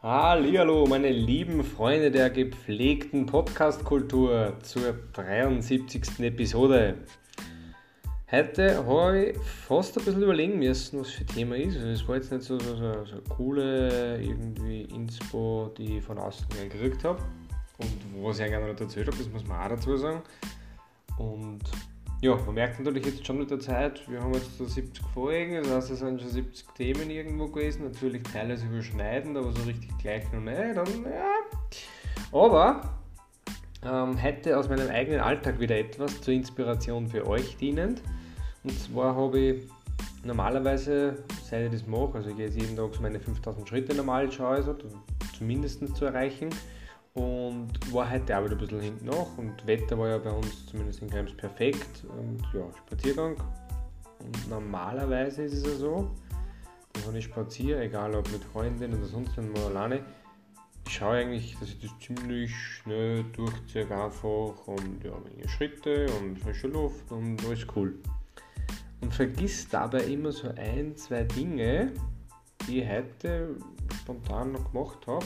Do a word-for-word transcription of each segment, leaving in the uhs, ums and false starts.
Hallihallo, meine lieben Freunde der gepflegten Podcast-Kultur zur dreiundsiebzigsten Episode. Heute habe ich fast ein bisschen überlegen müssen, was für ein Thema ist. Also es war jetzt nicht so, so, so, so eine coole irgendwie Inspo, die ich von außen gekriegt habe und was ich eigentlich auch noch erzählt habe, das muss man auch dazu sagen. Und ja, man merkt natürlich jetzt schon mit der Zeit, wir haben jetzt so siebzig Folgen, das heißt, es sind schon siebzig Themen irgendwo gewesen, natürlich teilweise überschneidend, aber so richtig gleich noch nicht. Und, ja. Aber ähm, hätte aus meinem eigenen Alltag wieder etwas zur Inspiration für euch dienend. Und zwar habe ich normalerweise, seit ich das mache, also ich gehe jetzt jeden Tag so meine fünftausend Schritte normal, schaue ich so, zumindest zu erreichen. Und war heute auch wieder ein bisschen hinten nach und Wetter war ja bei uns zumindest in Krems perfekt und ja, Spaziergang. Und normalerweise ist es ja so, wenn ich spaziere, egal ob mit Freundin oder sonst wenn man alleine, ich schaue eigentlich, dass ich das ziemlich schnell durchziehe einfach und ja, wenige Schritte und frische Luft und alles cool. Und vergiss dabei immer so ein, zwei Dinge, die ich heute spontan noch gemacht habe.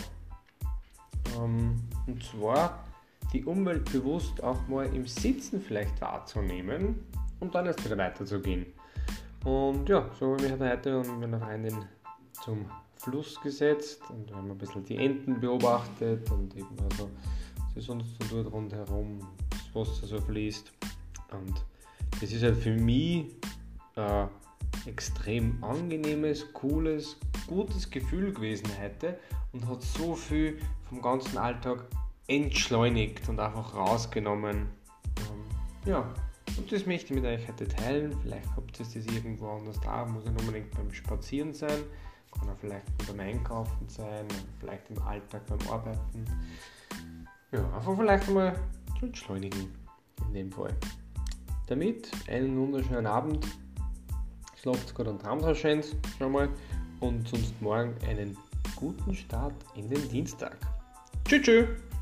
Und zwar die Umwelt bewusst auch mal im Sitzen vielleicht wahrzunehmen und dann erst wieder weiterzugehen. Und ja, so habe ich mich heute mit meiner Freundin zum Fluss gesetzt und wir haben ein bisschen die Enten beobachtet und eben also, was ist sonst so dort rundherum, das Wasser so fließt. Und das ist halt für mich ein extrem angenehmes, cooles, gutes Gefühl gewesen heute und hat so viel vom ganzen Alltag entschleunigt und einfach rausgenommen. Ähm, ja, und das möchte ich mit euch heute teilen. Vielleicht habt ihr das irgendwo anders da, muss nicht unbedingt beim Spazieren sein, kann auch vielleicht beim Einkaufen sein, vielleicht im Alltag beim Arbeiten. Ja, einfach vielleicht einmal zu entschleunigen in dem Fall. Damit einen wunderschönen Abend. Schlaft gut und träumt was Schönes schon mal und sonst morgen einen guten Start in den Dienstag. Tschüss, tschüss!